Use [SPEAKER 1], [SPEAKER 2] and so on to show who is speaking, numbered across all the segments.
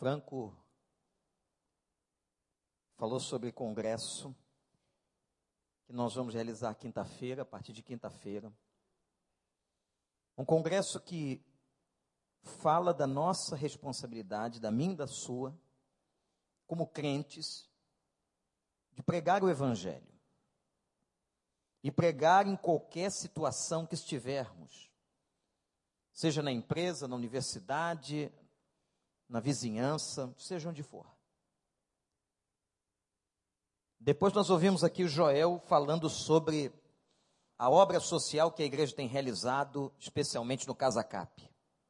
[SPEAKER 1] Franco falou sobre congresso que nós vamos realizar quinta-feira, a partir de quinta-feira. Um congresso que fala da nossa responsabilidade, da minha e da sua, como crentes, de pregar o Evangelho. E pregar em qualquer situação que estivermos, seja na empresa, na universidade, na vizinhança, seja onde for. Depois nós ouvimos aqui o Joel falando sobre a obra social que a igreja tem realizado, especialmente no Casa Cap.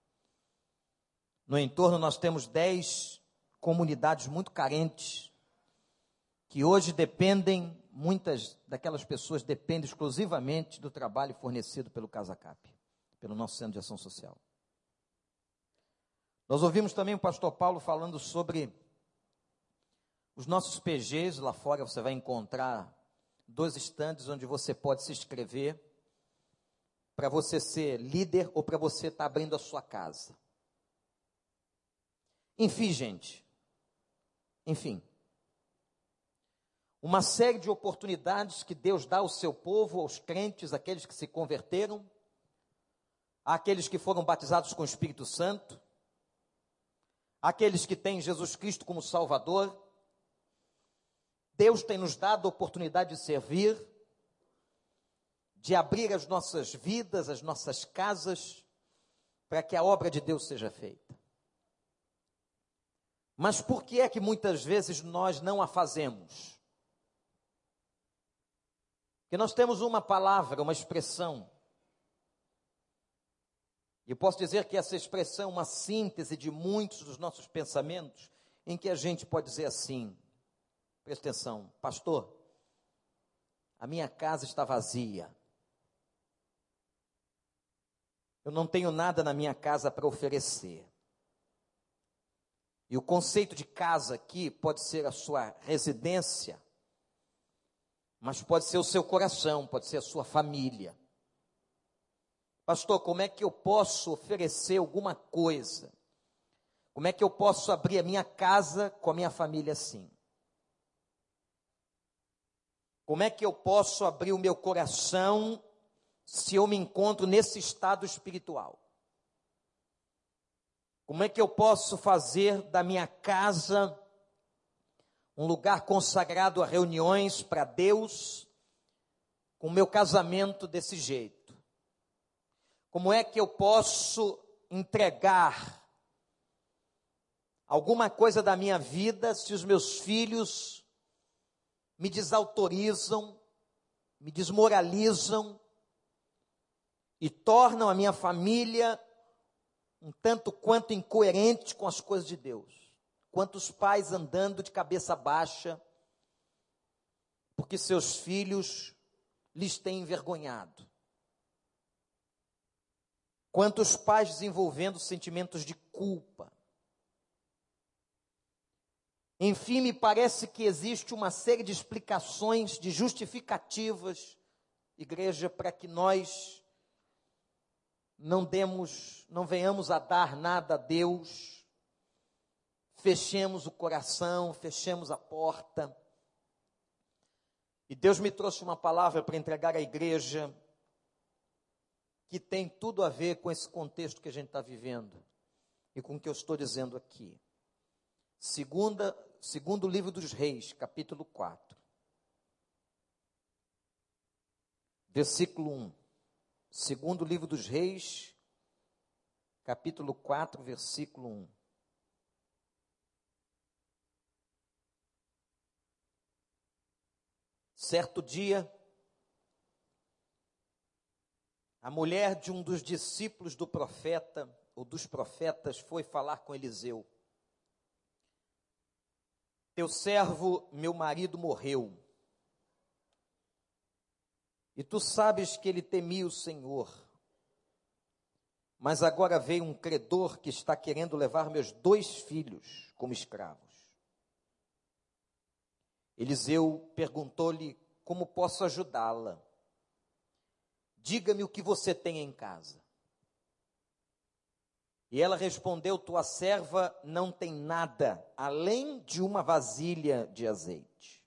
[SPEAKER 1] No entorno nós temos 10 comunidades muito carentes, que hoje dependem, muitas daquelas pessoas dependem exclusivamente do trabalho fornecido pelo Casa Cap, pelo nosso Centro de Ação Social. Nós ouvimos também o pastor Paulo falando sobre os nossos PGs. Lá fora você vai encontrar 2 estandes onde você pode se inscrever para você ser líder ou para você estar abrindo a sua casa. Enfim, gente, uma série de oportunidades que Deus dá ao seu povo, aos crentes, aqueles que se converteram, àqueles que foram batizados com o Espírito Santo, aqueles que têm Jesus Cristo como Salvador. Deus tem nos dado a oportunidade de servir, de abrir as nossas vidas, as nossas casas, para que a obra de Deus seja feita. Mas por que é que muitas vezes nós não a fazemos? Porque nós temos uma palavra, uma expressão, e eu posso dizer que essa expressão é uma síntese de muitos dos nossos pensamentos, em que a gente pode dizer assim, presta atenção, pastor, a minha casa está vazia, eu não tenho nada na minha casa para oferecer. E o conceito de casa aqui pode ser a sua residência, mas pode ser o seu coração, pode ser a sua família. Pastor, como é que eu posso oferecer alguma coisa? Como é que eu posso abrir a minha casa com a minha família assim? Como é que eu posso abrir o meu coração se eu me encontro nesse estado espiritual? Como é que eu posso fazer da minha casa um lugar consagrado a reuniões para Deus, com o meu casamento desse jeito? Como é que eu posso entregar alguma coisa da minha vida se os meus filhos me desautorizam, me desmoralizam e tornam a minha família um tanto quanto incoerente com as coisas de Deus? Quantos pais andando de cabeça baixa, porque seus filhos lhes têm envergonhado? Quantos pais desenvolvendo sentimentos de culpa? Enfim, me parece que existe uma série de explicações, de justificativas, igreja, para que nós não venhamos a dar nada a Deus, fechemos o coração, fechemos a porta. E Deus me trouxe uma palavra para entregar à igreja, que tem tudo a ver com esse contexto que a gente está vivendo, e com o que eu estou dizendo aqui. Segundo livro dos Reis, capítulo 4, versículo 1. Segundo livro dos Reis, capítulo 4, versículo 1. Certo dia, a mulher de um dos discípulos do profeta, ou dos profetas, foi falar com Eliseu. Teu servo, meu marido, morreu. E tu sabes que ele temia o Senhor. Mas agora veio um credor que está querendo levar meus 2 filhos como escravos. Eliseu perguntou-lhe, como posso ajudá-la? Diga-me o que você tem em casa. E ela respondeu: tua serva não tem nada, além de uma vasilha de azeite.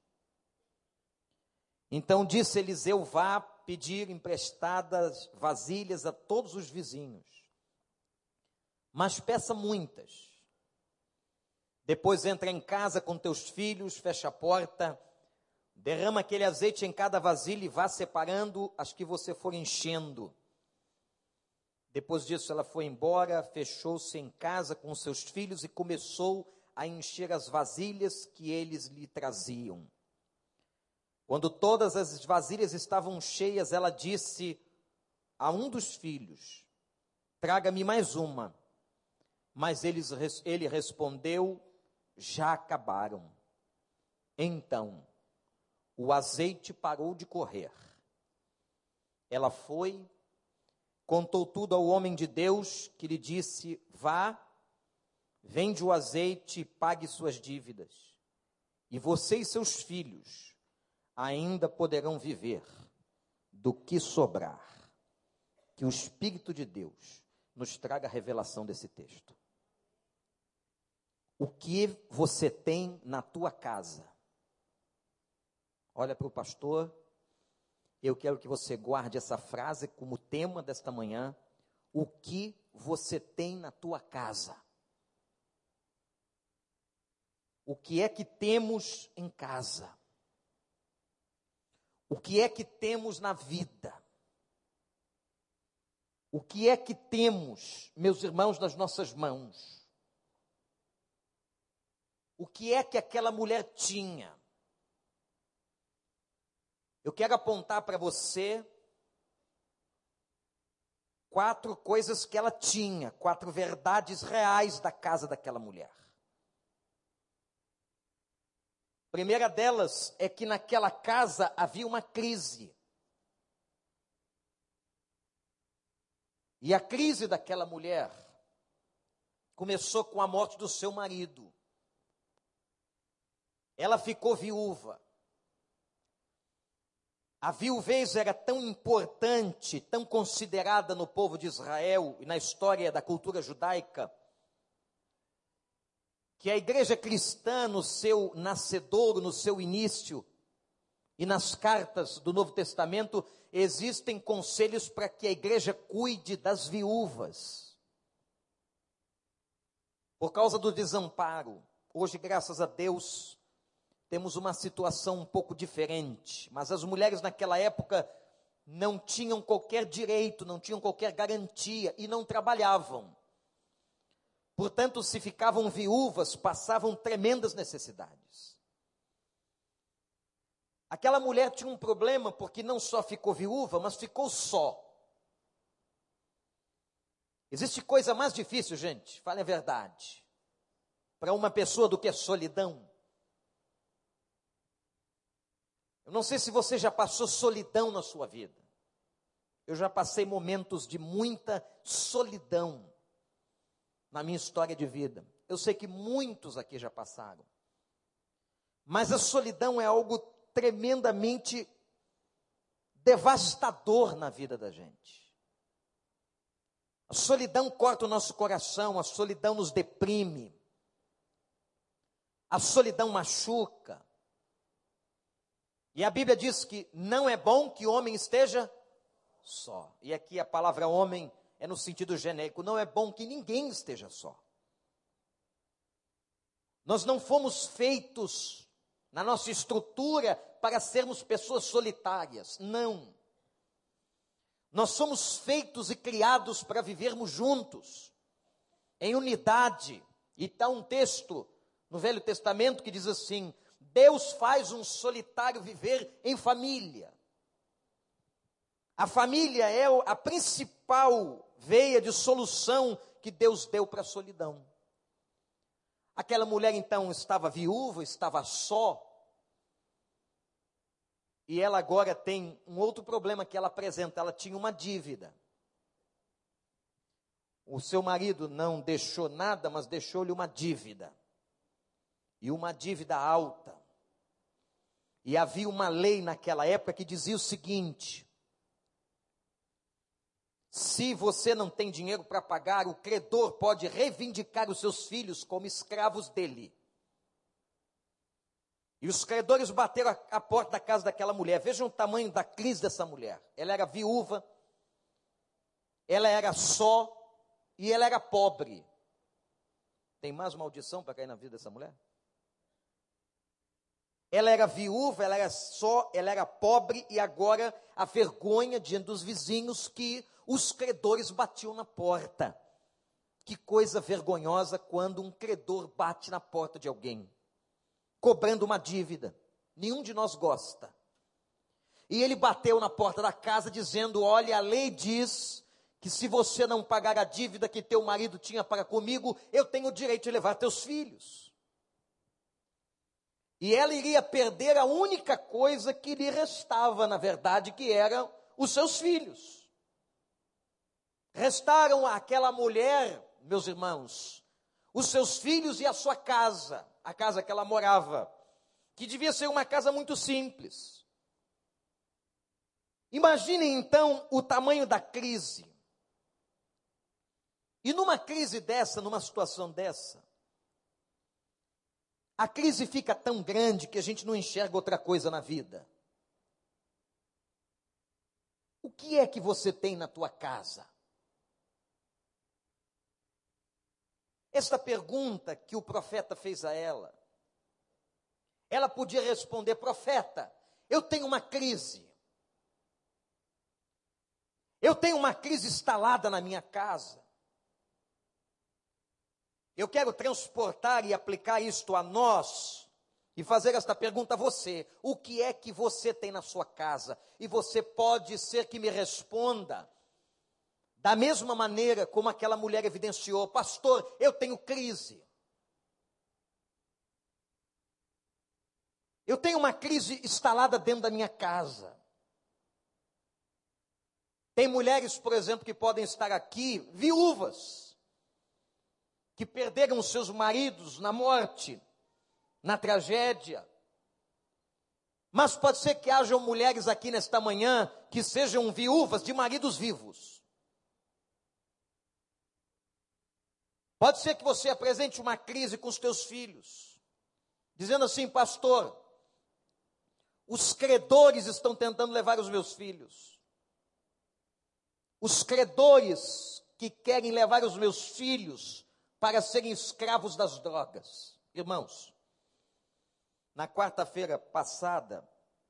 [SPEAKER 1] Então disse Eliseu: vá pedir emprestadas vasilhas a todos os vizinhos, mas peça muitas. Depois entra em casa com teus filhos, fecha a porta, derrama aquele azeite em cada vasilha e vá separando as que você for enchendo. Depois disso ela foi embora, fechou-se em casa com seus filhos e começou a encher as vasilhas que eles lhe traziam. Quando todas as vasilhas estavam cheias, ela disse a um dos filhos: traga-me mais uma. Mas ele respondeu: já acabaram. Então, o azeite parou de correr. Ela foi, contou tudo ao homem de Deus, que lhe disse: vá, vende o azeite e pague suas dívidas, e você e seus filhos ainda poderão viver do que sobrar. Que o Espírito de Deus nos traga a revelação desse texto. O que você tem na tua casa? Olha para o pastor. Eu quero que você guarde essa frase como tema desta manhã. O que você tem na tua casa? O que é que temos em casa? O que é que temos na vida? O que é que temos, meus irmãos, nas nossas mãos? O que é que aquela mulher tinha? Eu quero apontar para você 4 coisas que ela tinha, 4 verdades reais da casa daquela mulher. A primeira delas é que naquela casa havia uma crise. E a crise daquela mulher começou com a morte do seu marido. Ela ficou viúva. A viuvez era tão importante, tão considerada no povo de Israel e na história da cultura judaica, que a igreja cristã, no seu nascedouro, no seu início, e nas cartas do Novo Testamento, existem conselhos para que a igreja cuide das viúvas. Por causa do desamparo, hoje, graças a Deus, temos uma situação um pouco diferente, mas as mulheres naquela época não tinham qualquer direito, não tinham qualquer garantia e não trabalhavam. Portanto, se ficavam viúvas, passavam tremendas necessidades. Aquela mulher tinha um problema porque não só ficou viúva, mas ficou só. Existe coisa mais difícil, gente, fale a verdade, para uma pessoa do que a solidão. Eu não sei se você já passou solidão na sua vida. Eu já passei momentos de muita solidão na minha história de vida. Eu sei que muitos aqui já passaram. Mas a solidão é algo tremendamente devastador na vida da gente. A solidão corta o nosso coração, a solidão nos deprime. A solidão machuca. E a Bíblia diz que não é bom que o homem esteja só. E aqui a palavra homem é no sentido genérico. Não é bom que ninguém esteja só. Nós não fomos feitos na nossa estrutura para sermos pessoas solitárias. Não. Nós somos feitos e criados para vivermos juntos, em unidade. E está um texto no Velho Testamento que diz assim: Deus faz um solitário viver em família. A família é a principal veia de solução que Deus deu para a solidão. Aquela mulher então estava viúva, estava só. E ela agora tem um outro problema que ela apresenta. Ela tinha uma dívida. O seu marido não deixou nada, mas deixou-lhe uma dívida. E uma dívida alta. E havia uma lei naquela época que dizia o seguinte: Se você não tem dinheiro para pagar, o credor pode reivindicar os seus filhos como escravos dele. E os credores bateram a porta da casa daquela mulher. Vejam o tamanho da crise dessa mulher. Ela era viúva, ela era só e ela era pobre. Tem mais maldição para cair na vida dessa mulher? Ela era viúva, ela era só, ela era pobre e agora a vergonha diante dos vizinhos que os credores batiam na porta. Que coisa vergonhosa quando um credor bate na porta de alguém, cobrando uma dívida. Nenhum de nós gosta. E ele bateu na porta da casa dizendo: olha, a lei diz que se você não pagar a dívida que teu marido tinha para comigo, eu tenho o direito de levar teus filhos. E ela iria perder a única coisa que lhe restava, na verdade, que eram os seus filhos. Restaram àquela mulher, meus irmãos, os seus filhos e a sua casa, a casa que ela morava, que devia ser uma casa muito simples. Imaginem então o tamanho da crise. E numa crise dessa, numa situação dessa, a crise fica tão grande que a gente não enxerga outra coisa na vida. O que é que você tem na tua casa? Esta pergunta que o profeta fez a ela, ela podia responder: profeta, eu tenho uma crise. Eu tenho uma crise instalada na minha casa. Eu quero transportar e aplicar isto a nós e fazer esta pergunta a você: o que é que você tem na sua casa? E você pode ser que me responda da mesma maneira como aquela mulher evidenciou: pastor, eu tenho crise. Eu tenho uma crise instalada dentro da minha casa. Tem mulheres, por exemplo, que podem estar aqui, viúvas, que perderam os seus maridos na morte, na tragédia. Mas pode ser que hajam mulheres aqui nesta manhã que sejam viúvas de maridos vivos. Pode ser que você apresente uma crise com os teus filhos, dizendo assim: pastor, os credores estão tentando levar os meus filhos. Os credores que querem levar os meus filhos para serem escravos das drogas. Irmãos, na quarta-feira passada,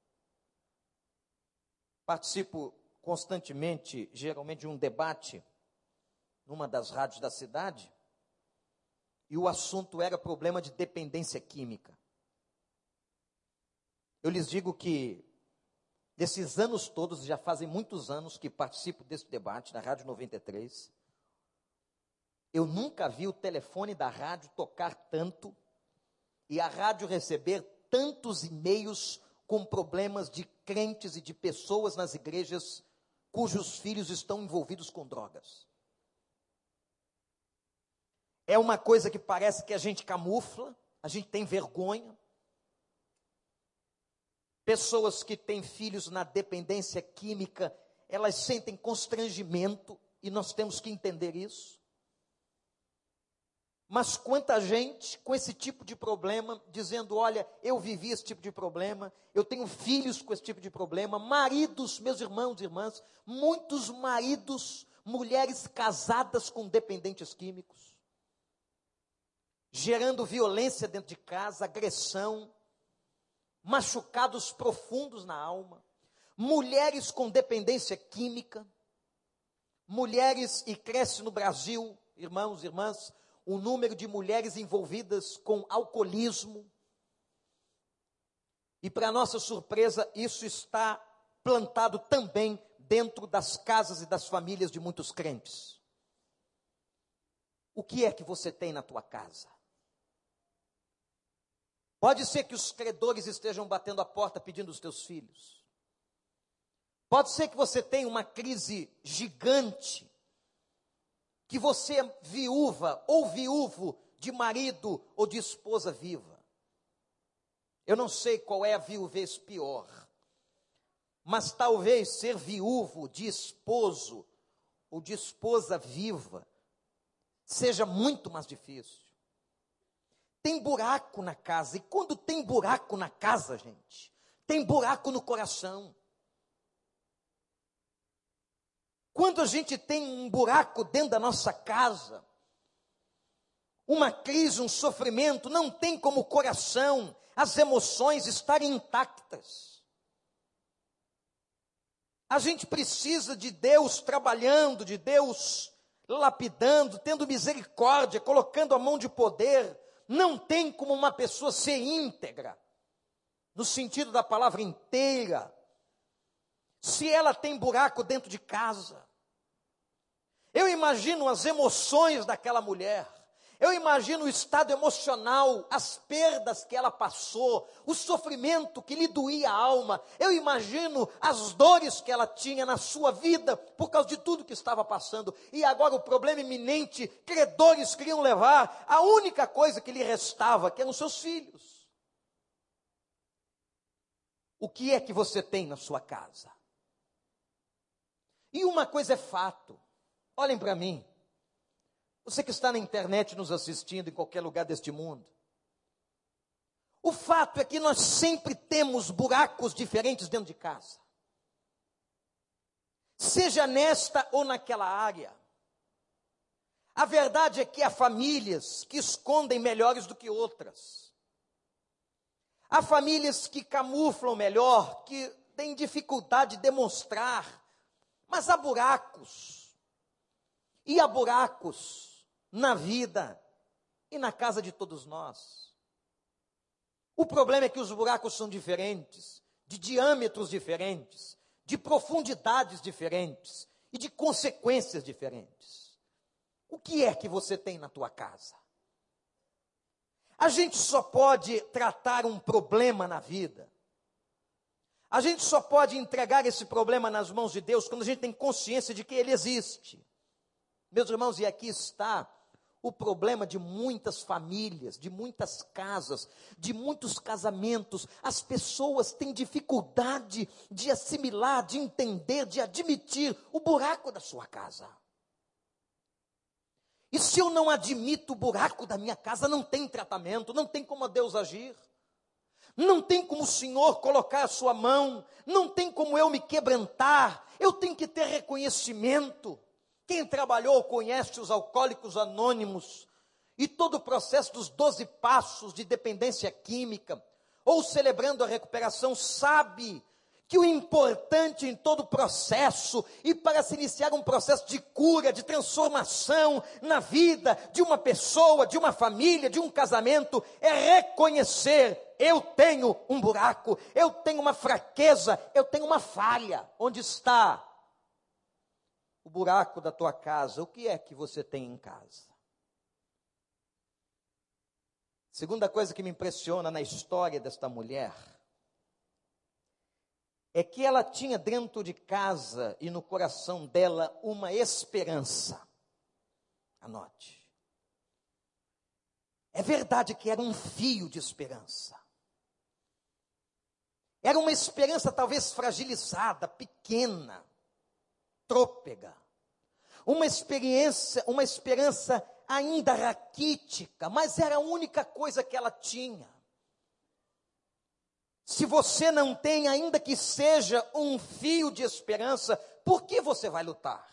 [SPEAKER 1] participo constantemente, geralmente, de um debate numa das rádios da cidade, e o assunto era problema de dependência química. Eu lhes digo que, desses anos todos, já fazem muitos anos que participo desse debate na Rádio 93, eu nunca vi o telefone da rádio tocar tanto e a rádio receber tantos e-mails com problemas de crentes e de pessoas nas igrejas cujos filhos estão envolvidos com drogas. É uma coisa que parece que a gente camufla, a gente tem vergonha. Pessoas que têm filhos na dependência química, elas sentem constrangimento e nós temos que entender isso. Mas quanta gente com esse tipo de problema, dizendo: olha, eu vivi esse tipo de problema, eu tenho filhos com esse tipo de problema, maridos, meus irmãos e irmãs, muitos maridos, mulheres casadas com dependentes químicos, gerando violência dentro de casa, agressão, machucados profundos na alma, mulheres com dependência química, mulheres, e cresce no Brasil, irmãos e irmãs, o número de mulheres envolvidas com alcoolismo. E para nossa surpresa, isso está plantado também dentro das casas e das famílias de muitos crentes. O que é que você tem na tua casa? Pode ser que os credores estejam batendo a porta pedindo os teus filhos. Pode ser que você tenha uma crise gigante, que você é viúva ou viúvo de marido ou de esposa viva. Eu não sei qual é a viuvez pior, mas talvez ser viúvo de esposo ou de esposa viva seja muito mais difícil. Tem buraco na casa, e quando tem buraco na casa, gente, tem buraco no coração. Quando a gente tem um buraco dentro da nossa casa, uma crise, um sofrimento, não tem como o coração, as emoções estarem intactas. A gente precisa de Deus trabalhando, de Deus lapidando, tendo misericórdia, colocando a mão de poder. Não tem como uma pessoa ser íntegra, no sentido da palavra inteira, se ela tem buraco dentro de casa. Eu imagino as emoções daquela mulher. Eu imagino o estado emocional, as perdas que ela passou, o sofrimento que lhe doía a alma. Eu imagino as dores que ela tinha na sua vida por causa de tudo que estava passando. E agora o problema iminente, credores queriam levar a única coisa que lhe restava, que eram seus filhos. O que é que você tem na sua casa? E uma coisa é fato, olhem para mim. Você que está na internet nos assistindo em qualquer lugar deste mundo. O fato é que nós sempre temos buracos diferentes dentro de casa. Seja nesta ou naquela área. A verdade é que há famílias que escondem melhores do que outras. Há famílias que camuflam melhor, que têm dificuldade de demonstrar. Mas há buracos. E há buracos na vida e na casa de todos nós. O problema é que os buracos são diferentes, de diâmetros diferentes, de profundidades diferentes e de consequências diferentes. O que é que você tem na tua casa? A gente só pode tratar um problema na vida. A gente só pode entregar esse problema nas mãos de Deus quando a gente tem consciência de que ele existe. Meus irmãos, e aqui está o problema de muitas famílias, de muitas casas, de muitos casamentos. As pessoas têm dificuldade de assimilar, de entender, de admitir o buraco da sua casa. E se eu não admito o buraco da minha casa, não tem tratamento, não tem como Deus agir. Não tem como o Senhor colocar a sua mão, não tem como eu me quebrantar. Eu tenho que ter reconhecimento. Quem trabalhou conhece os alcoólicos anônimos e todo o processo dos 12 passos de dependência química, ou celebrando a recuperação, sabe que o importante em todo o processo, e para se iniciar um processo de cura, de transformação na vida de uma pessoa, de uma família, de um casamento, é reconhecer: eu tenho um buraco, eu tenho uma fraqueza, eu tenho uma falha. Onde está o buraco da tua casa? O que é que você tem em casa? Segunda coisa que me impressiona na história desta mulher é que ela tinha dentro de casa e no coração dela uma esperança. Anote. É verdade que era um fio de esperança. Era uma esperança talvez fragilizada, pequena, trôpega, uma esperança ainda raquítica, mas era a única coisa que ela tinha. Se você não tem, ainda que seja um fio de esperança, por que você vai lutar?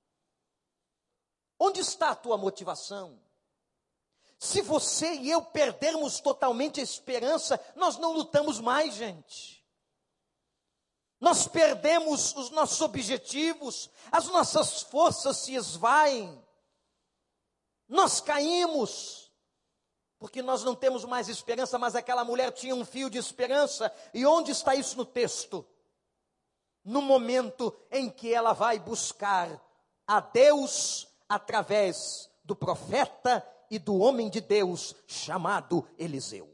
[SPEAKER 1] Onde está a tua motivação? Se você e eu perdermos totalmente a esperança, nós não lutamos mais, gente. Nós perdemos os nossos objetivos, as nossas forças se esvaem, nós caímos, porque nós não temos mais esperança. Mas aquela mulher tinha um fio de esperança. E onde está isso no texto? No momento em que ela vai buscar a Deus através do profeta e do homem de Deus chamado Eliseu.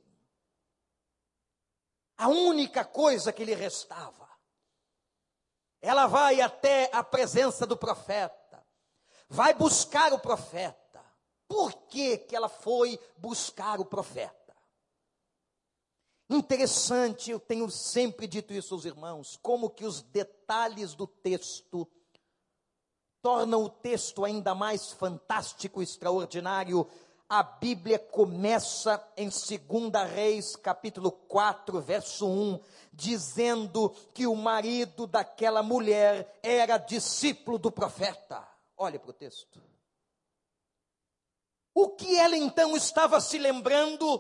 [SPEAKER 1] A única coisa que lhe restava. Ela vai até a presença do profeta, vai buscar o profeta. Por que que ela foi buscar o profeta? Interessante, eu tenho sempre dito isso aos irmãos, como que os detalhes do texto tornam o texto ainda mais fantástico e extraordinário, a Bíblia começa em 2 Reis, capítulo 4, verso 1, dizendo que o marido daquela mulher era discípulo do profeta. Olha para o texto. O que ela então estava se lembrando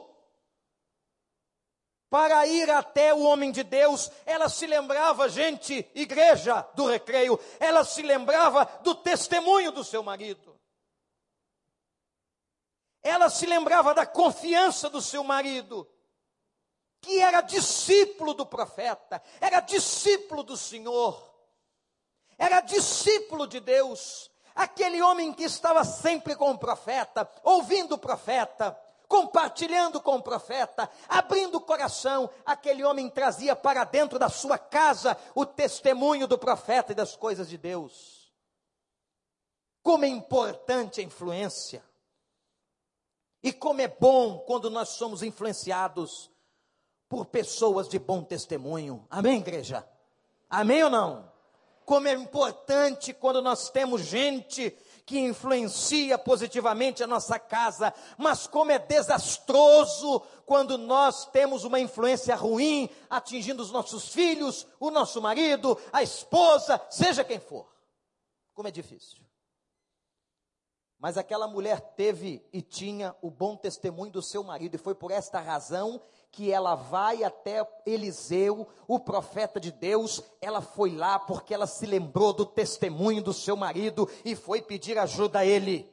[SPEAKER 1] para ir até o homem de Deus? Ela se lembrava, gente, igreja do Recreio, ela se lembrava do testemunho do seu marido. Ela se lembrava da confiança do seu marido, que era discípulo do profeta, era discípulo do Senhor, era discípulo de Deus. Aquele homem que estava sempre com o profeta, ouvindo o profeta, compartilhando com o profeta, abrindo o coração, aquele homem trazia para dentro da sua casa o testemunho do profeta e das coisas de Deus. Como é importante a influência. E como é bom quando nós somos influenciados por pessoas de bom testemunho. Amém, igreja? Amém ou não? Como é importante quando nós temos gente que influencia positivamente a nossa casa, mas como é desastroso quando nós temos uma influência ruim atingindo os nossos filhos, o nosso marido, a esposa, seja quem for. Como é difícil. Mas aquela mulher teve e tinha o bom testemunho do seu marido, e foi por esta razão que ela vai até Eliseu, o profeta de Deus. Ela foi lá porque ela se lembrou do testemunho do seu marido e foi pedir ajuda a ele.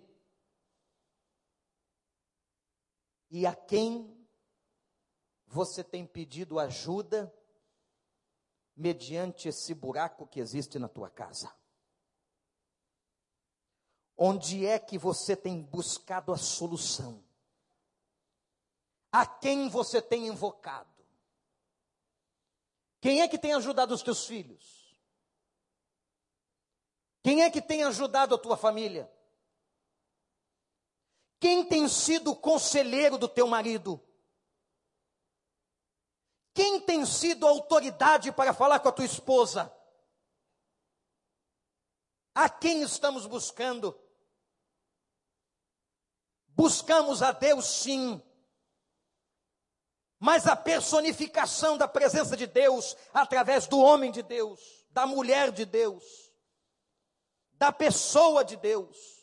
[SPEAKER 1] E a quem você tem pedido ajuda mediante esse buraco que existe na tua casa? Onde é que você tem buscado a solução? A quem você tem invocado? Quem é que tem ajudado os teus filhos? Quem é que tem ajudado a tua família? Quem tem sido o conselheiro do teu marido? Quem tem sido a autoridade para falar com a tua esposa? A quem estamos buscando? Buscamos a Deus, sim, mas a personificação da presença de Deus através do homem de Deus, da mulher de Deus, da pessoa de Deus.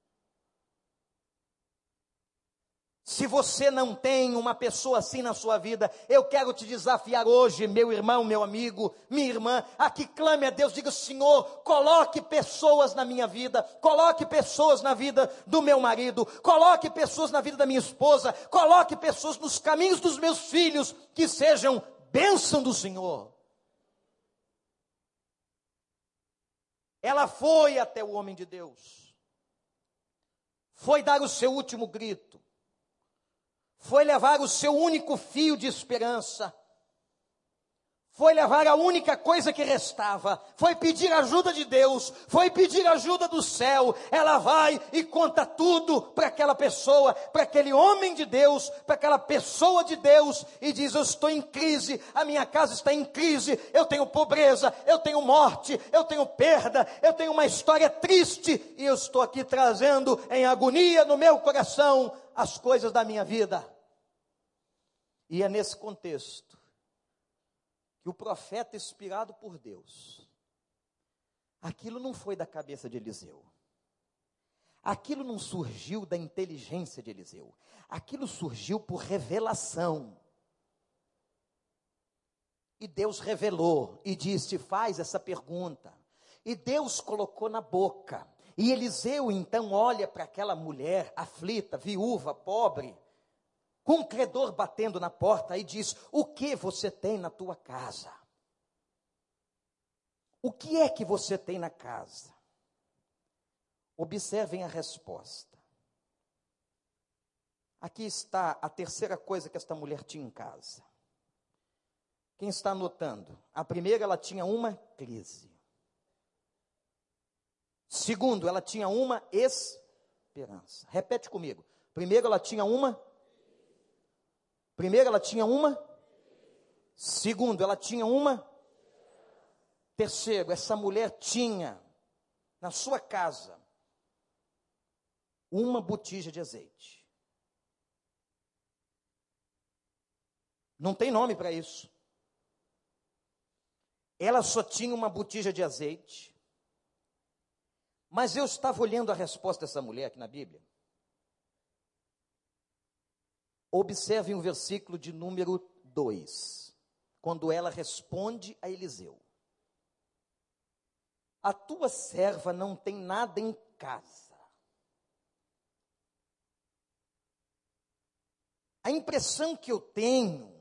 [SPEAKER 1] Se você não tem uma pessoa assim na sua vida, eu quero te desafiar hoje, meu irmão, meu amigo, minha irmã, a que clame a Deus, diga: Senhor, coloque pessoas na minha vida, coloque pessoas na vida do meu marido, coloque pessoas na vida da minha esposa, coloque pessoas nos caminhos dos meus filhos, que sejam bênção do Senhor. Ela foi até o homem de Deus, foi dar o seu último grito, foi levar o seu único fio de esperança, foi levar a única coisa que restava, foi pedir ajuda de Deus, foi pedir ajuda do céu. Ela vai e conta tudo para aquela pessoa, para aquele homem de Deus, para aquela pessoa de Deus, e diz: eu estou em crise, a minha casa está em crise, eu tenho pobreza, eu tenho morte, eu tenho perda, eu tenho uma história triste, e eu estou aqui trazendo em agonia no meu coração as coisas da minha vida. E é nesse contexto que o profeta, inspirado por Deus, aquilo não foi da cabeça de Eliseu, aquilo não surgiu da inteligência de Eliseu, aquilo surgiu por revelação. E Deus revelou e disse: faz essa pergunta. E Deus colocou na boca. E Eliseu então olha para aquela mulher aflita, viúva, pobre, com um credor batendo na porta, e diz: o que você tem na tua casa? O que é que você tem na casa? Observem a resposta. Aqui está a terceira coisa que esta mulher tinha em casa. Quem está anotando? A primeira, ela tinha uma crise. Segundo, ela tinha uma esperança. Repete comigo. Primeiro, ela tinha uma. Primeiro, ela tinha uma. Segundo, ela tinha uma. Terceiro, essa mulher tinha na sua casa, uma botija de azeite. Não tem nome para isso. Ela só tinha uma botija de azeite. Mas eu estava olhando a resposta dessa mulher aqui na Bíblia. Observem o versículo de número 2, quando ela responde a Eliseu: a tua serva não tem nada em casa. A impressão que eu tenho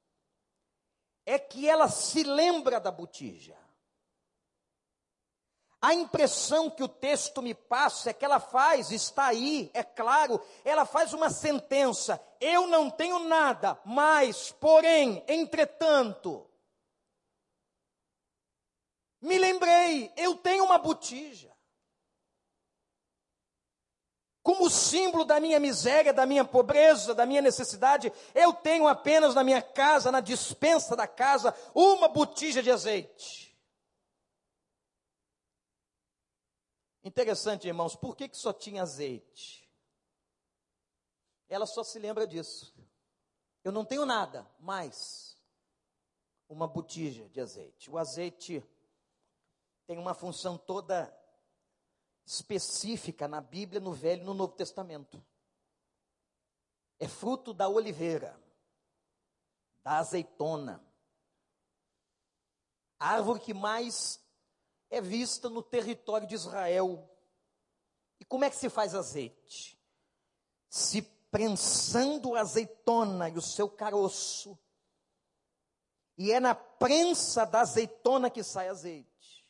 [SPEAKER 1] é que ela se lembra da botija. A impressão que o texto me passa é que ela faz, está aí, é claro, ela faz uma sentença: eu não tenho nada, mas, porém, entretanto, me lembrei, eu tenho uma botija. Como símbolo da minha miséria, da minha pobreza, da minha necessidade, eu tenho apenas na minha casa, na despensa da casa, uma botija de azeite. Interessante, irmãos, por que só tinha azeite? Ela só se lembra disso. Eu não tenho nada, mas uma botija de azeite. O azeite tem uma função toda específica na Bíblia, no Velho e no Novo Testamento. É fruto da oliveira, da azeitona. A árvore que mais é vista no território de Israel. E como é que se faz azeite? Se prensando a azeitona e o seu caroço. E é na prensa da azeitona que sai azeite.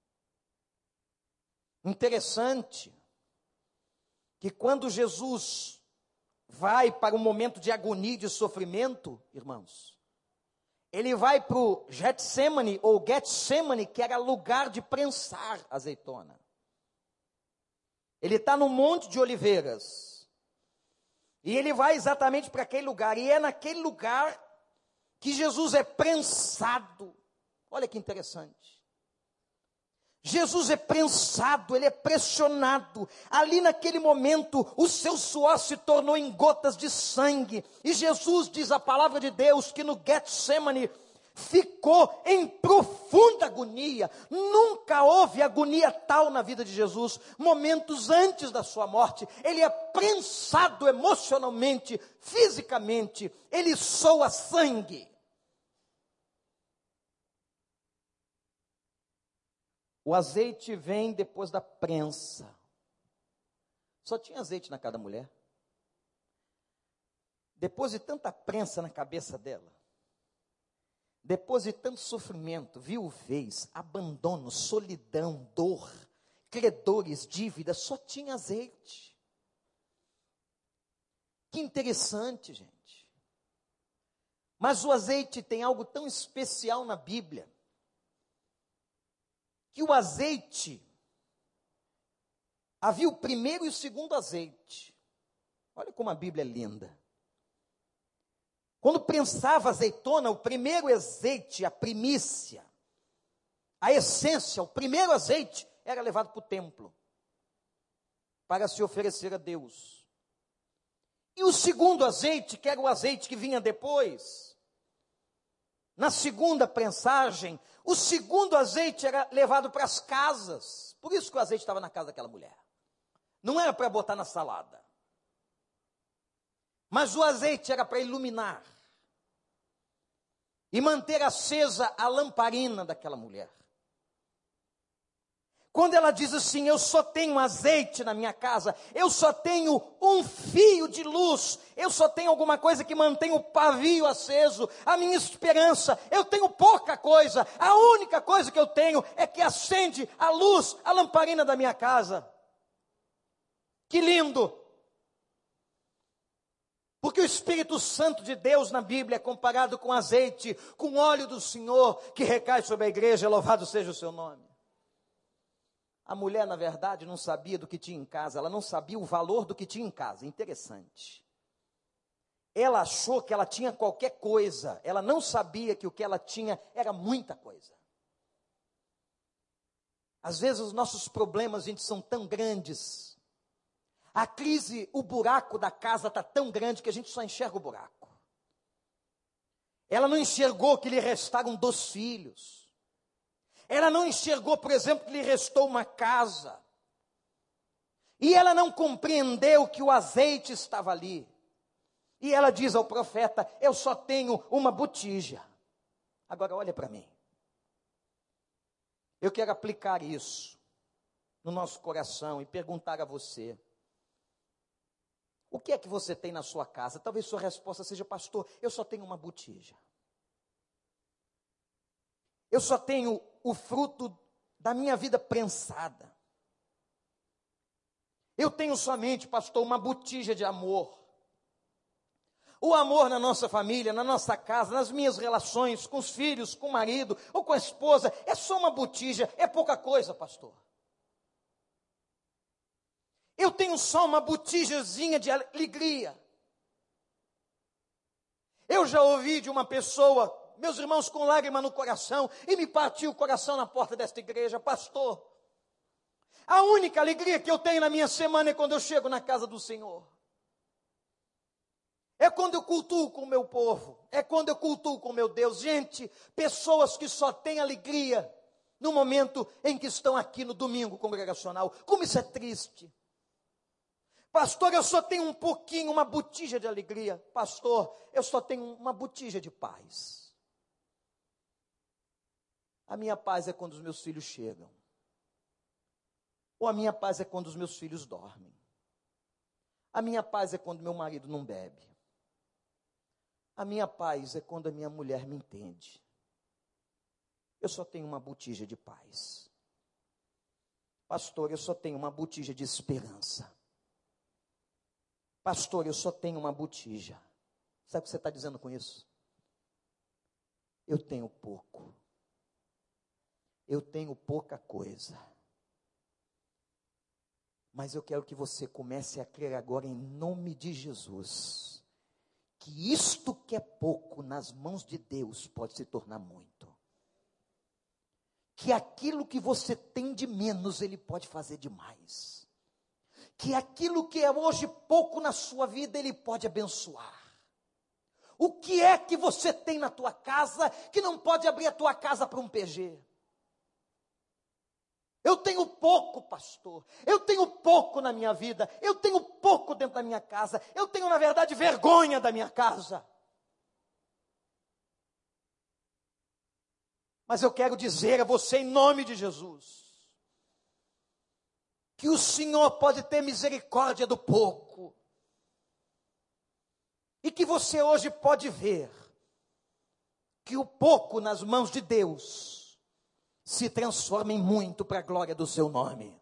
[SPEAKER 1] Interessante que quando Jesus vai para um momento de agonia e de sofrimento, irmãos, ele vai para o Getsemane, ou Getsemane, que era lugar de prensar azeitona. Ele está no Monte de Oliveiras. E ele vai exatamente para aquele lugar. E é naquele lugar que Jesus é prensado. Olha que interessante. Jesus é prensado, ele é pressionado. Ali naquele momento, o seu suor se tornou em gotas de sangue. E Jesus, diz a palavra de Deus, que no Getsemane ficou em profunda agonia. Nunca houve agonia tal na vida de Jesus. Momentos antes da sua morte, ele é prensado emocionalmente, fisicamente. Ele soa sangue. O azeite vem depois da prensa. Só tinha azeite na casa da mulher. Depois de tanta prensa na cabeça dela, depois de tanto sofrimento, viuvez, abandono, solidão, dor, credores, dívidas, só tinha azeite. Que interessante, gente. Mas o azeite tem algo tão especial na Bíblia, que o azeite, havia o primeiro e o segundo azeite. Olha como a Bíblia é linda. Quando prensava azeitona, o primeiro azeite, a primícia, a essência, o primeiro azeite, era levado para o templo, para se oferecer a Deus. E o segundo azeite, que era o azeite que vinha depois, na segunda prensagem, o segundo azeite era levado para as casas. Por isso que o azeite estava na casa daquela mulher. Não era para botar na salada. Mas o azeite era para iluminar e manter acesa a lamparina daquela mulher. Quando ela diz assim, eu só tenho azeite na minha casa, eu só tenho um fio de luz, eu só tenho alguma coisa que mantém o pavio aceso, a minha esperança, eu tenho pouca coisa, a única coisa que eu tenho é que acende a luz, a lamparina da minha casa. Que lindo! Porque o Espírito Santo de Deus na Bíblia é comparado com azeite, com óleo do Senhor que recai sobre a igreja, louvado seja o seu nome. A mulher, na verdade, não sabia do que tinha em casa, ela não sabia o valor do que tinha em casa. Interessante. Ela achou que ela tinha qualquer coisa, ela não sabia que o que ela tinha era muita coisa. Às vezes os nossos problemas, gente, são tão grandes. A crise, o buraco da casa está tão grande que a gente só enxerga o buraco. Ela não enxergou que lhe restaram 2 filhos. Ela não enxergou, por exemplo, que lhe restou uma casa. E ela não compreendeu que o azeite estava ali. E ela diz ao profeta: eu só tenho uma botija. Agora olha para mim. Eu quero aplicar isso no nosso coração e perguntar a você: o que é que você tem na sua casa? Talvez sua resposta seja: pastor, eu só tenho uma botija. Eu só tenho o fruto da minha vida prensada. Eu tenho somente, pastor, uma botija de amor. O amor na nossa família, na nossa casa, nas minhas relações com os filhos, com o marido ou com a esposa, é só uma botija, é pouca coisa, pastor. Eu tenho só uma botijazinha de alegria. Eu já ouvi de uma pessoa, meus irmãos, com lágrima no coração, e me partiu o coração na porta desta igreja: pastor, a única alegria que eu tenho na minha semana é quando eu chego na casa do Senhor. É quando eu cultuo com o meu povo. É quando eu cultuo com o meu Deus. Gente, pessoas que só têm alegria no momento em que estão aqui no domingo congregacional. Como isso é triste. Pastor, eu só tenho um pouquinho, uma botija de alegria. Pastor, eu só tenho uma botija de paz. A minha paz é quando os meus filhos chegam. Ou a minha paz é quando os meus filhos dormem. A minha paz é quando meu marido não bebe. A minha paz é quando a minha mulher me entende. Eu só tenho uma botija de paz. Pastor, eu só tenho uma botija de esperança. Pastor, eu só tenho uma botija. Sabe o que você está dizendo com isso? Eu tenho pouco. Eu tenho pouca coisa. Mas eu quero que você comece a crer agora, em nome de Jesus, que isto que é pouco nas mãos de Deus pode se tornar muito. Que aquilo que você tem de menos, Ele pode fazer de mais. Que aquilo que é hoje pouco na sua vida, Ele pode abençoar. O que é que você tem na tua casa que não pode abrir a tua casa para um PG? Eu tenho pouco, pastor. Eu tenho pouco na minha vida. Eu tenho pouco dentro da minha casa. Eu tenho, na verdade, vergonha da minha casa. Mas eu quero dizer a você, em nome de Jesus, que o Senhor pode ter misericórdia do pouco. E que você hoje pode ver que o pouco nas mãos de Deus se transforma em muito para a glória do seu nome.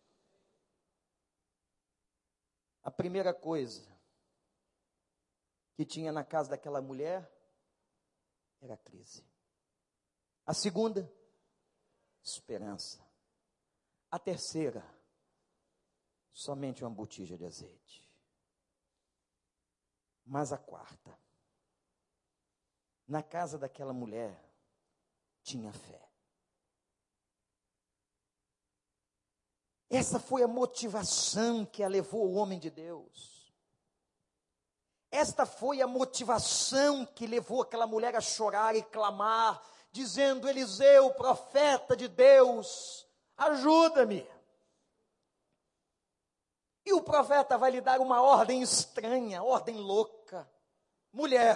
[SPEAKER 1] A primeira coisa que tinha na casa daquela mulher era a crise. A segunda, esperança. A terceira, somente uma botija de azeite. Mas a quarta, na casa daquela mulher, tinha fé. Essa foi a motivação que a levou o homem de Deus. Esta foi a motivação que levou aquela mulher a chorar e clamar, dizendo: Eliseu, profeta de Deus, ajuda-me. E o profeta vai lhe dar uma ordem estranha, ordem louca. Mulher,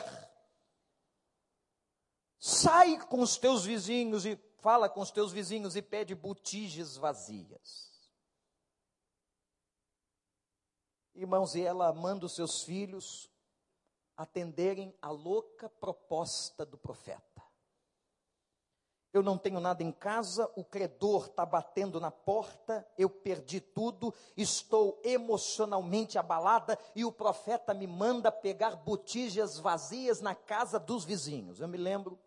[SPEAKER 1] sai com os teus vizinhos e fala com os teus vizinhos e pede botijas vazias. Irmãos, e ela manda os seus filhos atenderem a louca proposta do profeta. Eu não tenho nada em casa, o credor está batendo na porta, eu perdi tudo, estou emocionalmente abalada e o profeta me manda pegar botijas vazias na casa dos vizinhos. Eu me lembro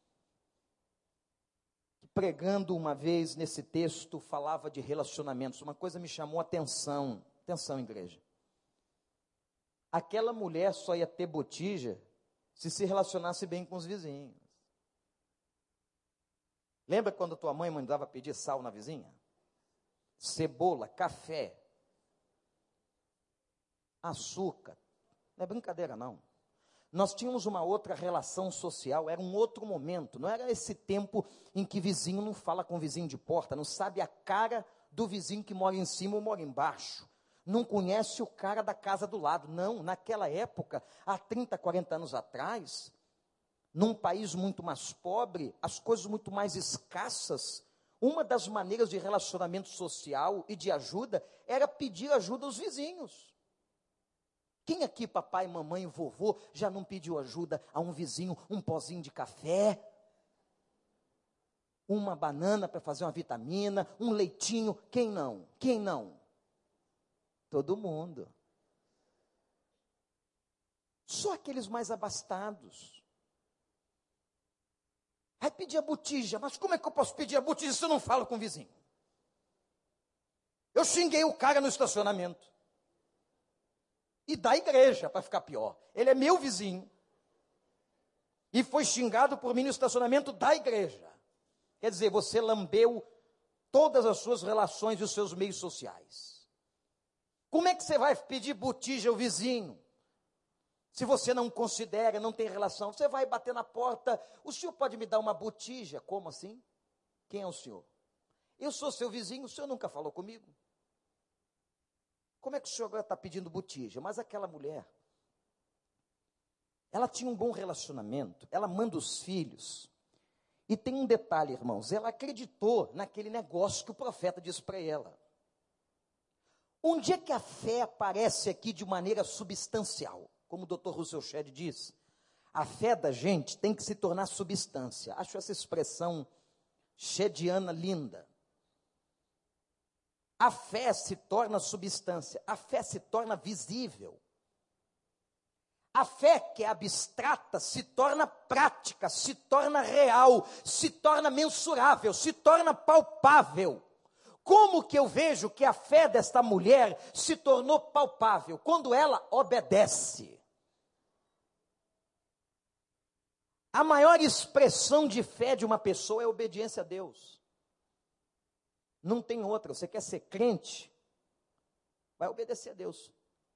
[SPEAKER 1] que pregando uma vez nesse texto, falava de relacionamentos. Uma coisa me chamou a atenção, igreja. Aquela mulher só ia ter botija se relacionasse bem com os vizinhos. Lembra quando tua mãe mandava pedir sal na vizinha? cebola, café, açúcar. Não é brincadeira, não. Nós tínhamos uma outra relação social, era um outro momento. Não era esse tempo em que vizinho não fala com vizinho de porta, não sabe a cara do vizinho que mora em cima ou mora embaixo. Não conhece o cara da casa do lado. Não, naquela época, há 30, 40 anos atrás, num país muito mais pobre, as coisas muito mais escassas, uma das maneiras de relacionamento social e de ajuda era pedir ajuda aos vizinhos. Quem aqui, papai, mamãe, vovô, já não pediu ajuda a um vizinho, um pozinho de café, uma banana para fazer uma vitamina, um leitinho? Quem não? Quem não? Todo mundo. Só aqueles mais abastados. Aí pedir a botija, mas como é que eu posso pedir a botija se eu não falo com o vizinho? Eu xinguei o cara no estacionamento. E da igreja, para ficar pior. Ele é meu vizinho. E foi xingado por mim no estacionamento da igreja. Quer dizer, você lambeu todas as suas relações e os seus meios sociais. Como é que você vai pedir botija ao vizinho? Se você não considera, não tem relação, você vai bater na porta. O senhor pode me dar uma botija? Como assim? Quem é o senhor? Eu sou seu vizinho, o senhor nunca falou comigo? Como é que o senhor agora está pedindo botija? Mas aquela mulher, ela tinha um bom relacionamento, ela manda os filhos. E tem um detalhe, irmãos, ela acreditou naquele negócio que o profeta disse para ela. Onde é que a fé aparece aqui de maneira substancial? Como o Dr. Russell Shedd diz, a fé da gente tem que se tornar substância. Acho essa expressão shediana linda. A fé se torna substância, a fé se torna visível. A fé que é abstrata se torna prática, se torna real, se torna mensurável, se torna palpável. Como que eu vejo que a fé desta mulher se tornou palpável? Quando ela obedece. A maior expressão de fé de uma pessoa é a obediência a Deus. Não tem outra. Você quer ser crente? Vai obedecer a Deus.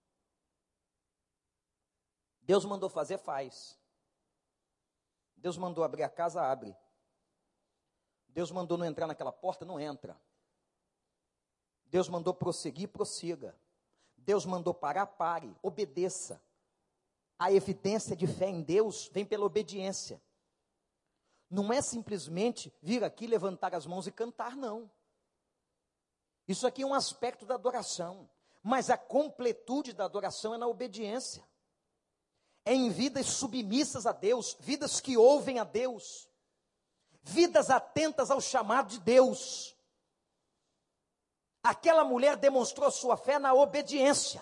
[SPEAKER 1] Deus mandou fazer, faz. Deus mandou abrir a casa, abre. Deus mandou não entrar naquela porta, não entra. Deus mandou prosseguir, prossiga. Deus mandou parar, pare. Obedeça. A evidência de fé em Deus vem pela obediência. Não é simplesmente vir aqui, levantar as mãos e cantar, não. Isso aqui é um aspecto da adoração, mas a completude da adoração é na obediência. É em vidas submissas a Deus, vidas que ouvem a Deus, vidas atentas ao chamado de Deus. Aquela mulher demonstrou sua fé na obediência.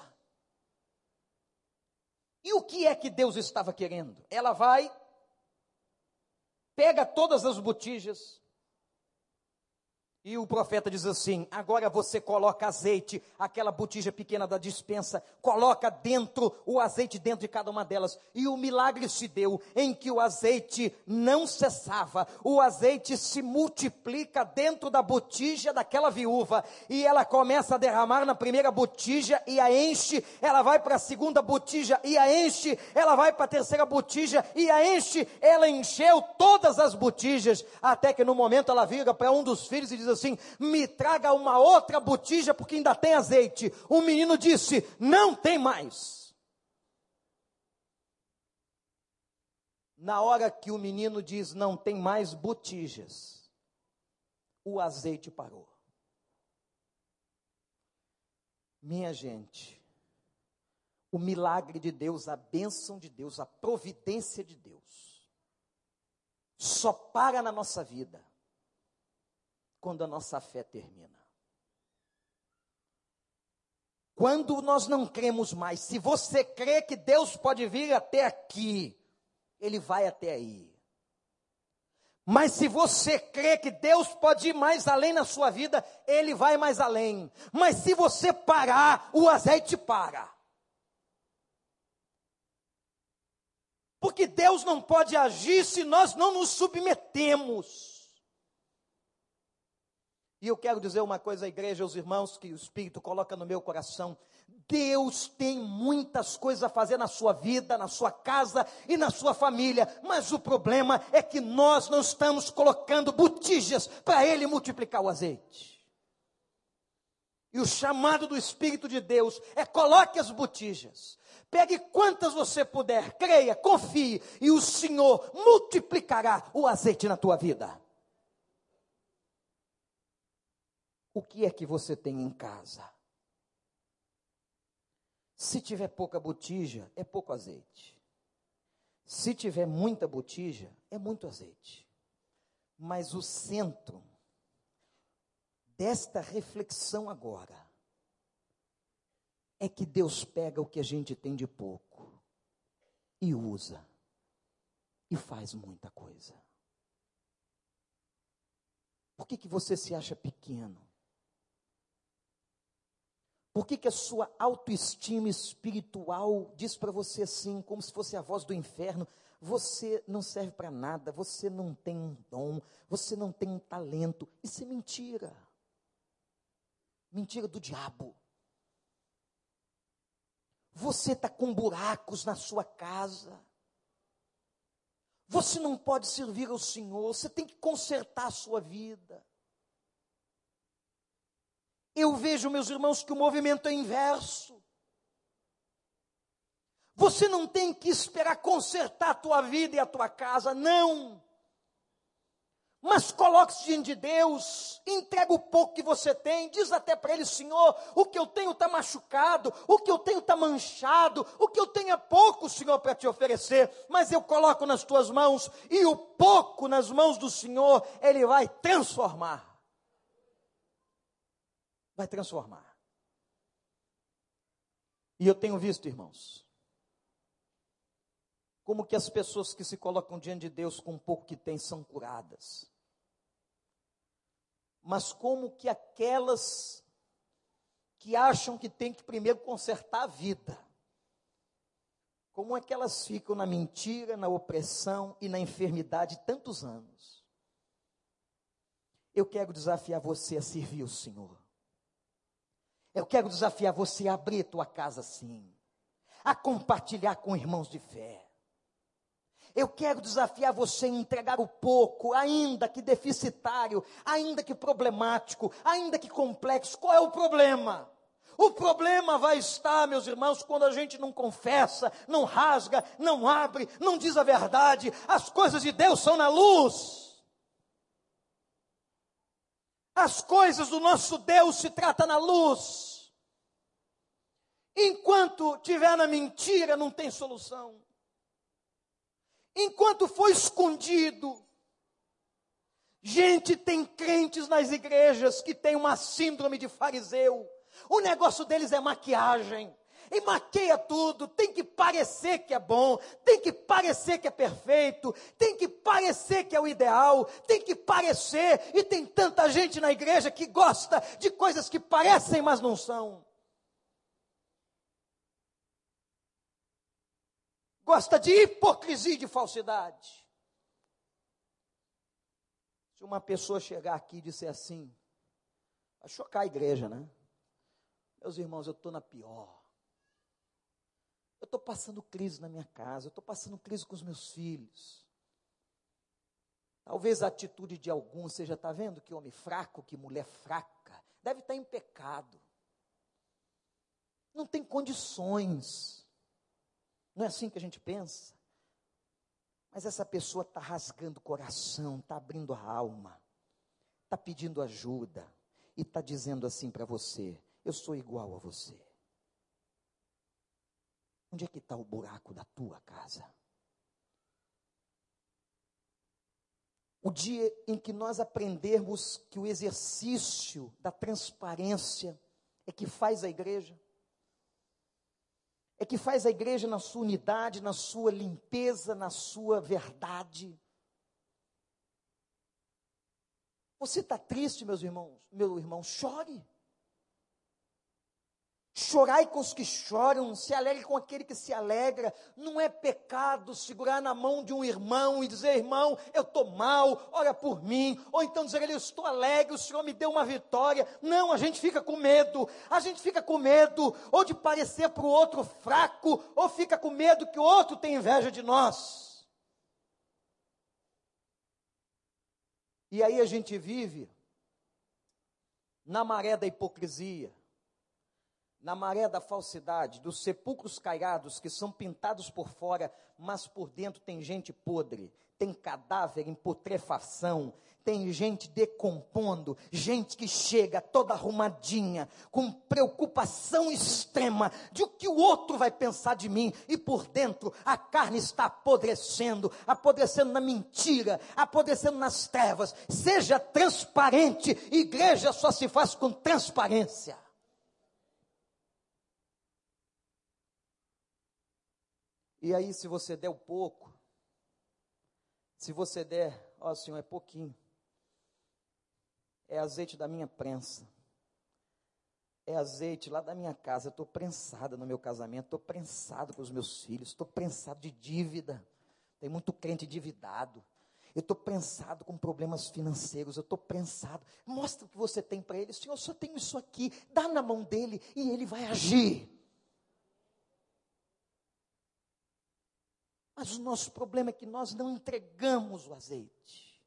[SPEAKER 1] E o que é que Deus estava querendo? Ela vai, pega todas as botijas, e o profeta diz assim, agora você coloca azeite, aquela botija pequena da despensa, coloca dentro, o azeite dentro de cada uma delas. E o milagre se deu, em que o azeite não cessava, o azeite se multiplica dentro da botija daquela viúva, e ela começa a derramar na primeira botija e a enche, ela vai para a segunda botija e a enche, ela vai para a terceira botija e a enche, ela encheu todas as botijas, até que no momento ela vira para um dos filhos e diz assim, me traga uma outra botija porque ainda tem azeite. O menino disse, não tem mais. Na hora que o menino diz, não tem mais botijas, o azeite parou. Minha gente, o milagre de Deus, a bênção de Deus, a providência de Deus, só para na nossa vida quando a nossa fé termina. Quando nós não cremos mais, se você crê que Deus pode vir até aqui, Ele vai até aí. Mas se você crê que Deus pode ir mais além na sua vida, Ele vai mais além. Mas se você parar, o azeite para. Porque Deus não pode agir se nós não nos submetemos. E eu quero dizer uma coisa à igreja, aos irmãos, que o Espírito coloca no meu coração. Deus tem muitas coisas a fazer na sua vida, na sua casa e na sua família. Mas o problema é que nós não estamos colocando botijas para Ele multiplicar o azeite. E o chamado do Espírito de Deus é: coloque as botijas. Pegue quantas você puder, creia, confie, e o Senhor multiplicará o azeite na tua vida. O que é que você tem em casa? Se tiver pouca botija, é pouco azeite. Se tiver muita botija, é muito azeite. Mas o centro desta reflexão agora é que Deus pega o que a gente tem de pouco e usa e faz muita coisa. Por que você se acha pequeno? Por que a sua autoestima espiritual diz para você assim, como se fosse a voz do inferno: você não serve para nada, você não tem um dom, você não tem um talento? Isso é mentira. Mentira do diabo. Você está com buracos na sua casa. Você não pode servir ao Senhor, você tem que consertar a sua vida. Eu vejo, meus irmãos, que o movimento é inverso. Você não tem que esperar consertar a tua vida e a tua casa, não. Mas coloque-se diante de Deus, entrega o pouco que você tem, diz até para Ele: Senhor, o que eu tenho está machucado, o que eu tenho está manchado, o que eu tenho é pouco, Senhor, para te oferecer, mas eu coloco nas tuas mãos, e o pouco nas mãos do Senhor, Ele vai transformar. Vai transformar. E eu tenho visto, irmãos, como que as pessoas que se colocam diante de Deus com o pouco que têm são curadas. Mas como que aquelas que acham que tem que primeiro consertar a vida, como é que elas ficam na mentira, na opressão e na enfermidade tantos anos? Eu quero desafiar você a servir o Senhor. Eu quero desafiar você a abrir tua casa sim, a compartilhar com irmãos de fé. Eu quero desafiar você a entregar o pouco, ainda que deficitário, ainda que problemático, ainda que complexo. Qual é o problema? O problema vai estar, meus irmãos, quando a gente não confessa, não rasga, não abre, não diz a verdade. As coisas de Deus são na luz. As coisas do nosso Deus se tratam na luz. Enquanto estiver na mentira, não tem solução. Enquanto for escondido, gente, tem crentes nas igrejas que tem uma síndrome de fariseu. O negócio deles é maquiagem. E maqueia tudo, tem que parecer que é bom, tem que parecer que é perfeito, tem que parecer que é o ideal, tem que parecer, e tem tanta gente na igreja que gosta de coisas que parecem, mas não são. Gosta de hipocrisia e de falsidade. Se uma pessoa chegar aqui e disser assim, vai chocar a igreja, né? Meus irmãos, eu estou na pior. Eu estou passando crise na minha casa, eu estou passando crise com os meus filhos. Talvez a atitude de alguns seja: está vendo que homem fraco, que mulher fraca, deve estar em pecado. Não tem condições. Não é assim que a gente pensa? Mas essa pessoa está rasgando o coração, está abrindo a alma, está pedindo ajuda e está dizendo assim para você: eu sou igual a você. Onde é que está o buraco da tua casa? O dia em que nós aprendermos que o exercício da transparência é que faz a igreja, é que faz a igreja na sua unidade, na sua limpeza, na sua verdade. Você está triste, meus irmãos? Meu irmão, chore. Chorai com os que choram, se alegre com aquele que se alegra. Não é pecado segurar na mão de um irmão e dizer: irmão, eu estou mal, ora por mim. Ou então dizer: eu estou alegre, o Senhor me deu uma vitória. Não, a gente fica com medo. A gente fica com medo ou de parecer para o outro fraco, ou fica com medo que o outro tenha inveja de nós. E aí a gente vive na maré da hipocrisia, na maré da falsidade, dos sepulcros caiados que são pintados por fora, mas por dentro tem gente podre, tem cadáver em putrefação, tem gente decompondo, gente que chega toda arrumadinha, com preocupação extrema de o que o outro vai pensar de mim, e por dentro a carne está apodrecendo na mentira, apodrecendo nas trevas. Seja transparente, igreja só se faz com transparência. E aí, se você der o pouco, se você der, ó Senhor, é pouquinho, é azeite da minha prensa, é azeite lá da minha casa, eu estou prensada no meu casamento, estou prensado com os meus filhos, estou prensado de dívida, tem muito crente endividado, eu estou prensado com problemas financeiros, eu estou prensado. Mostra o que você tem para ele. Senhor, eu só tenho isso aqui, dá na mão dele e ele vai agir. Mas o nosso problema é que nós não entregamos o azeite.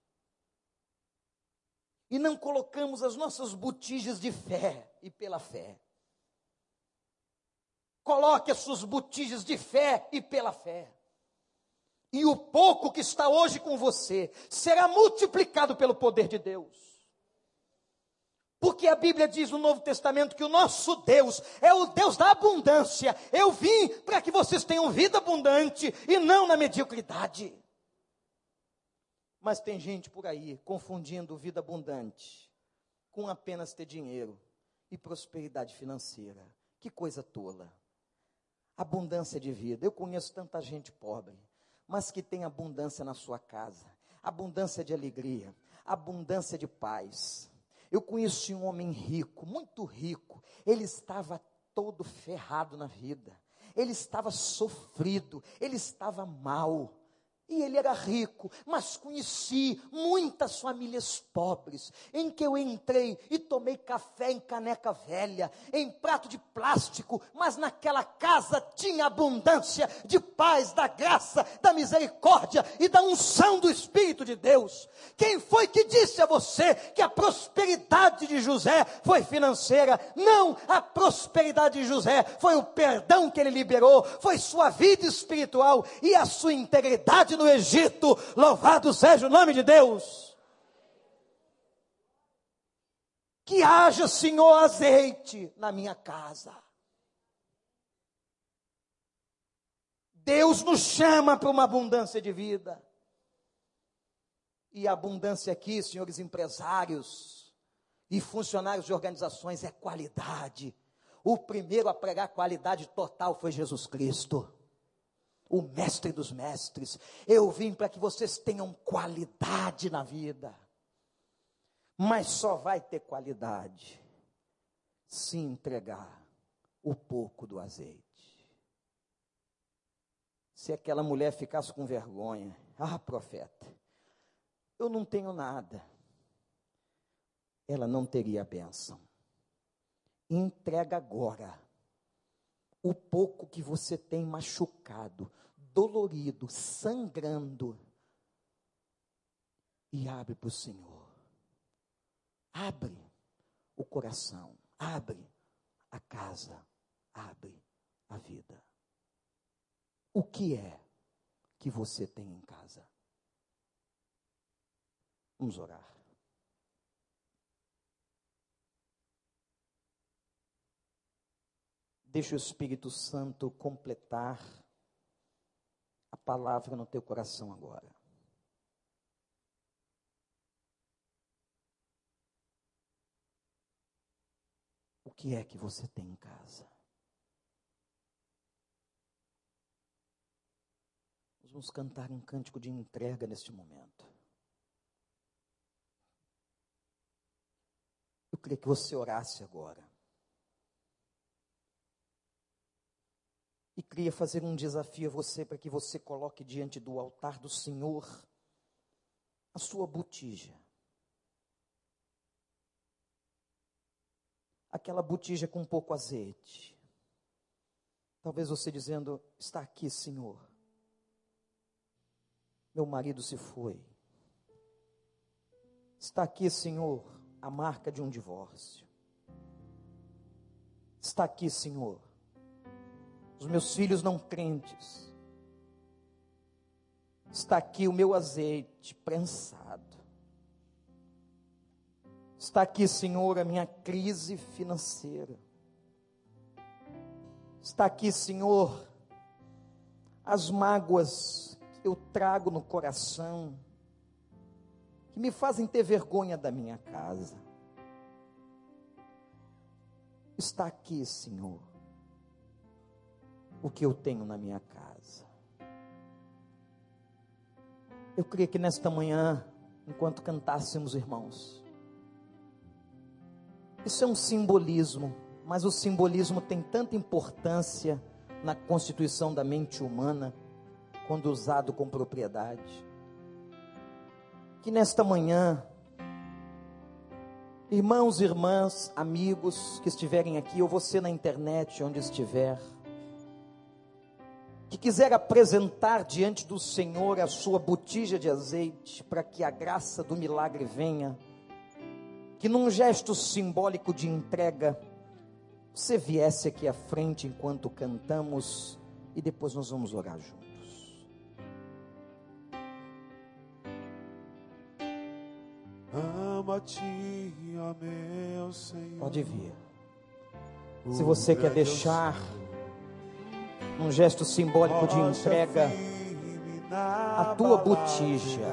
[SPEAKER 1] E não colocamos as nossas botijas de fé e pela fé. Coloque as suas botijas de fé e pela fé. E o pouco que está hoje com você será multiplicado pelo poder de Deus. Porque a Bíblia diz no Novo Testamento que o nosso Deus é o Deus da abundância. Eu vim para que vocês tenham vida abundante e não na mediocridade. Mas tem gente por aí confundindo vida abundante com apenas ter dinheiro e prosperidade financeira. Que coisa tola. Abundância de vida. Eu conheço tanta gente pobre, mas que tem abundância na sua casa. Abundância de alegria, abundância de paz. Eu conheci um homem rico, muito rico. Ele estava todo ferrado na vida. Ele estava sofrido, ele estava mal. E ele era rico, mas conheci muitas famílias pobres, em que eu entrei e tomei café em caneca velha, em prato de plástico, mas naquela casa tinha abundância de paz, da graça, da misericórdia e da unção do Espírito de Deus. Quem foi que disse a você que a prosperidade de José foi financeira? Não, a prosperidade de José foi o perdão que ele liberou, foi sua vida espiritual e a sua integridade no Egito. Louvado seja o nome de Deus. Que haja, Senhor, azeite na minha casa. Deus nos chama para uma abundância de vida. E a abundância aqui, senhores empresários e funcionários de organizações, é qualidade. O primeiro a pregar qualidade total foi Jesus Cristo, o mestre dos mestres. Eu vim para que vocês tenham qualidade na vida, mas só vai ter qualidade se entregar o pouco do azeite. Se aquela mulher ficasse com vergonha, profeta, eu não tenho nada, ela não teria a bênção. Entrega agora o pouco que você tem machucado, dolorido, sangrando, e abre para o Senhor. Abre o coração, abre a casa, abre a vida. O que é que você tem em casa? Vamos orar. Deixa o Espírito Santo completar a palavra no teu coração agora. O que é que você tem em casa? Nós vamos cantar um cântico de entrega neste momento. Eu queria que você orasse agora. E queria fazer um desafio a você, para que você coloque diante do altar do Senhor a sua botija. Aquela botija com pouco azeite. Talvez você dizendo: está aqui, Senhor. Meu marido se foi. Está aqui, Senhor, a marca de um divórcio. Está aqui, Senhor, os meus filhos não crentes. Está aqui o meu azeite prensado. Está aqui, Senhor, a minha crise financeira. Está aqui, Senhor, as mágoas que eu trago no coração, que me fazem ter vergonha da minha casa. Está aqui, Senhor, o que eu tenho na minha casa. Eu creio que nesta manhã, enquanto cantássemos, irmãos, isso é um simbolismo, mas o simbolismo tem tanta importância na constituição da mente humana, quando usado com propriedade, que nesta manhã, irmãos e irmãs, amigos que estiverem aqui, ou você na internet, onde estiver, que quiser apresentar diante do Senhor a sua botija de azeite, para que a graça do milagre venha, que num gesto simbólico de entrega, você viesse aqui à frente enquanto cantamos, e depois nós vamos orar juntos.
[SPEAKER 2] Ama-te, ó meu Senhor.
[SPEAKER 1] Pode vir. Se você quer deixar um gesto simbólico de entrega, a tua botija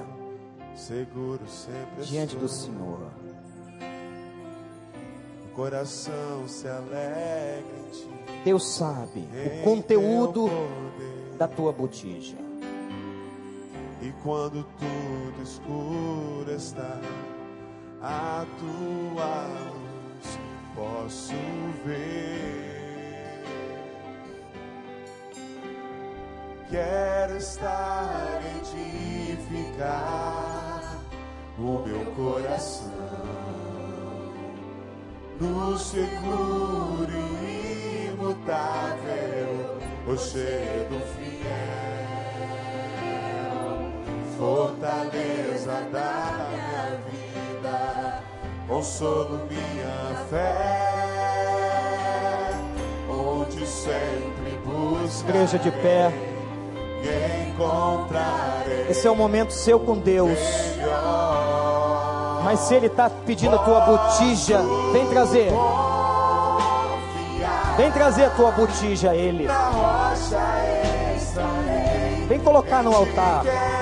[SPEAKER 1] diante do Senhor.
[SPEAKER 2] O coração se alegra em ti.
[SPEAKER 1] Deus sabe o conteúdo da tua botija.
[SPEAKER 2] E quando tudo escuro está, a tua luz posso ver. Quero estar edificar o meu coração no seguro e imutável rochedo fiel, fortaleza da minha vida, consolo minha fé, onde sempre buscar.
[SPEAKER 1] Igreja de pé. Esse é o momento seu com Deus. Mas se Ele está pedindo a tua botija, vem trazer. Vem trazer a tua botija a Ele. Vem colocar no altar.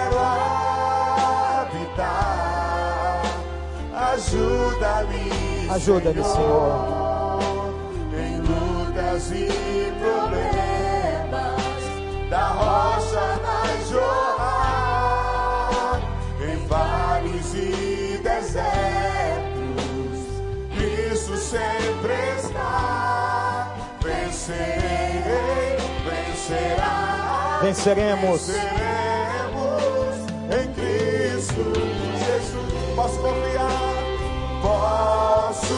[SPEAKER 1] Ajuda-me, Senhor.
[SPEAKER 2] Em lutas e problemas, da rocha vai jorrar, em vales e desertos, Cristo sempre está. Vencerei,
[SPEAKER 1] venceremos
[SPEAKER 2] em Cristo Jesus. Posso confiar, posso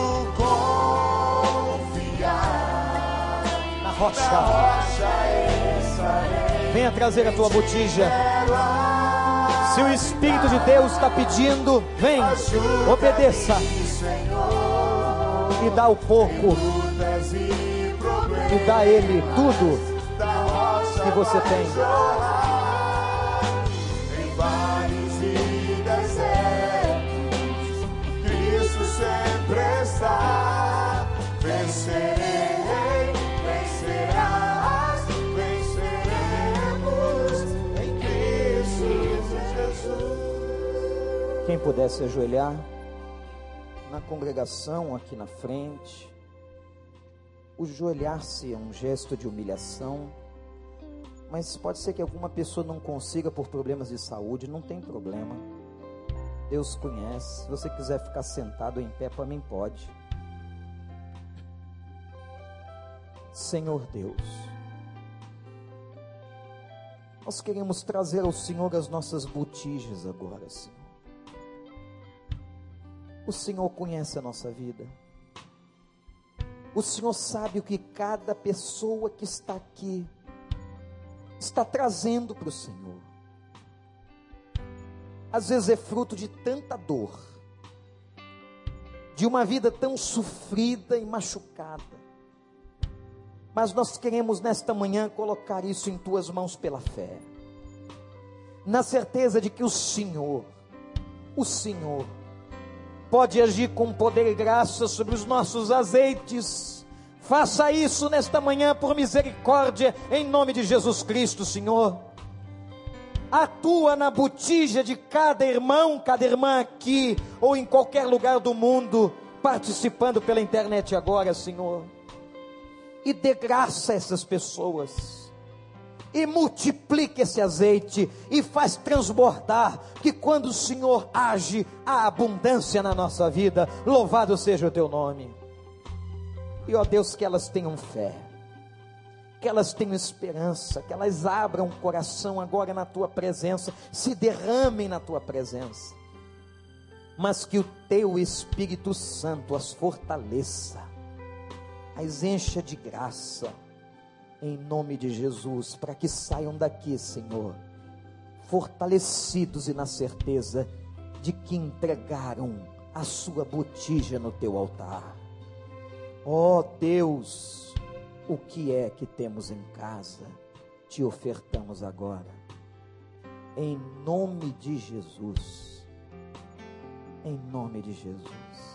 [SPEAKER 2] confiar
[SPEAKER 1] na rocha. Venha trazer a tua botija. Se o Espírito de Deus está pedindo, vem, obedeça e dá o pouco e dá a Ele tudo que você tem.
[SPEAKER 2] Em vales e desertos, Cristo sempre está. Vencerei, vencerás, venceremos em Cristo Jesus.
[SPEAKER 1] Quem puder se ajoelhar na congregação aqui na frente. O ajoelhar-se é um gesto de humilhação, mas pode ser que alguma pessoa não consiga por problemas de saúde, não tem problema. Deus conhece. Se você quiser ficar sentado ou em pé, para mim pode. Senhor Deus, Nós queremos trazer ao Senhor as nossas botijas agora, Senhor. O Senhor conhece a nossa vida. O Senhor sabe o que cada pessoa que está aqui está trazendo para o Senhor. Às vezes é fruto de tanta dor, de uma vida tão sofrida e machucada. Mas nós queremos nesta manhã colocar isso em tuas mãos pela fé, na certeza de que o Senhor pode agir com poder e graça sobre os nossos azeites. Faça isso nesta manhã por misericórdia, em nome de Jesus Cristo, Senhor. Atua na botija de cada irmão, cada irmã aqui, ou em qualquer lugar do mundo, participando pela internet agora, Senhor. E dê graça a essas pessoas, e multiplique esse azeite, e faz transbordar, que quando o Senhor age, há abundância na nossa vida. Louvado seja o teu nome. E ó Deus, que elas tenham fé, que elas tenham esperança, que elas abram o coração agora na tua presença, se derramem na tua presença, mas que o teu Espírito Santo as fortaleça, as encha de graça, em nome de Jesus, para que saiam daqui, Senhor, fortalecidos e na certeza de que entregaram a sua botija no teu altar. Ó Deus, o que é que temos em casa, te ofertamos agora, em nome de Jesus, em nome de Jesus.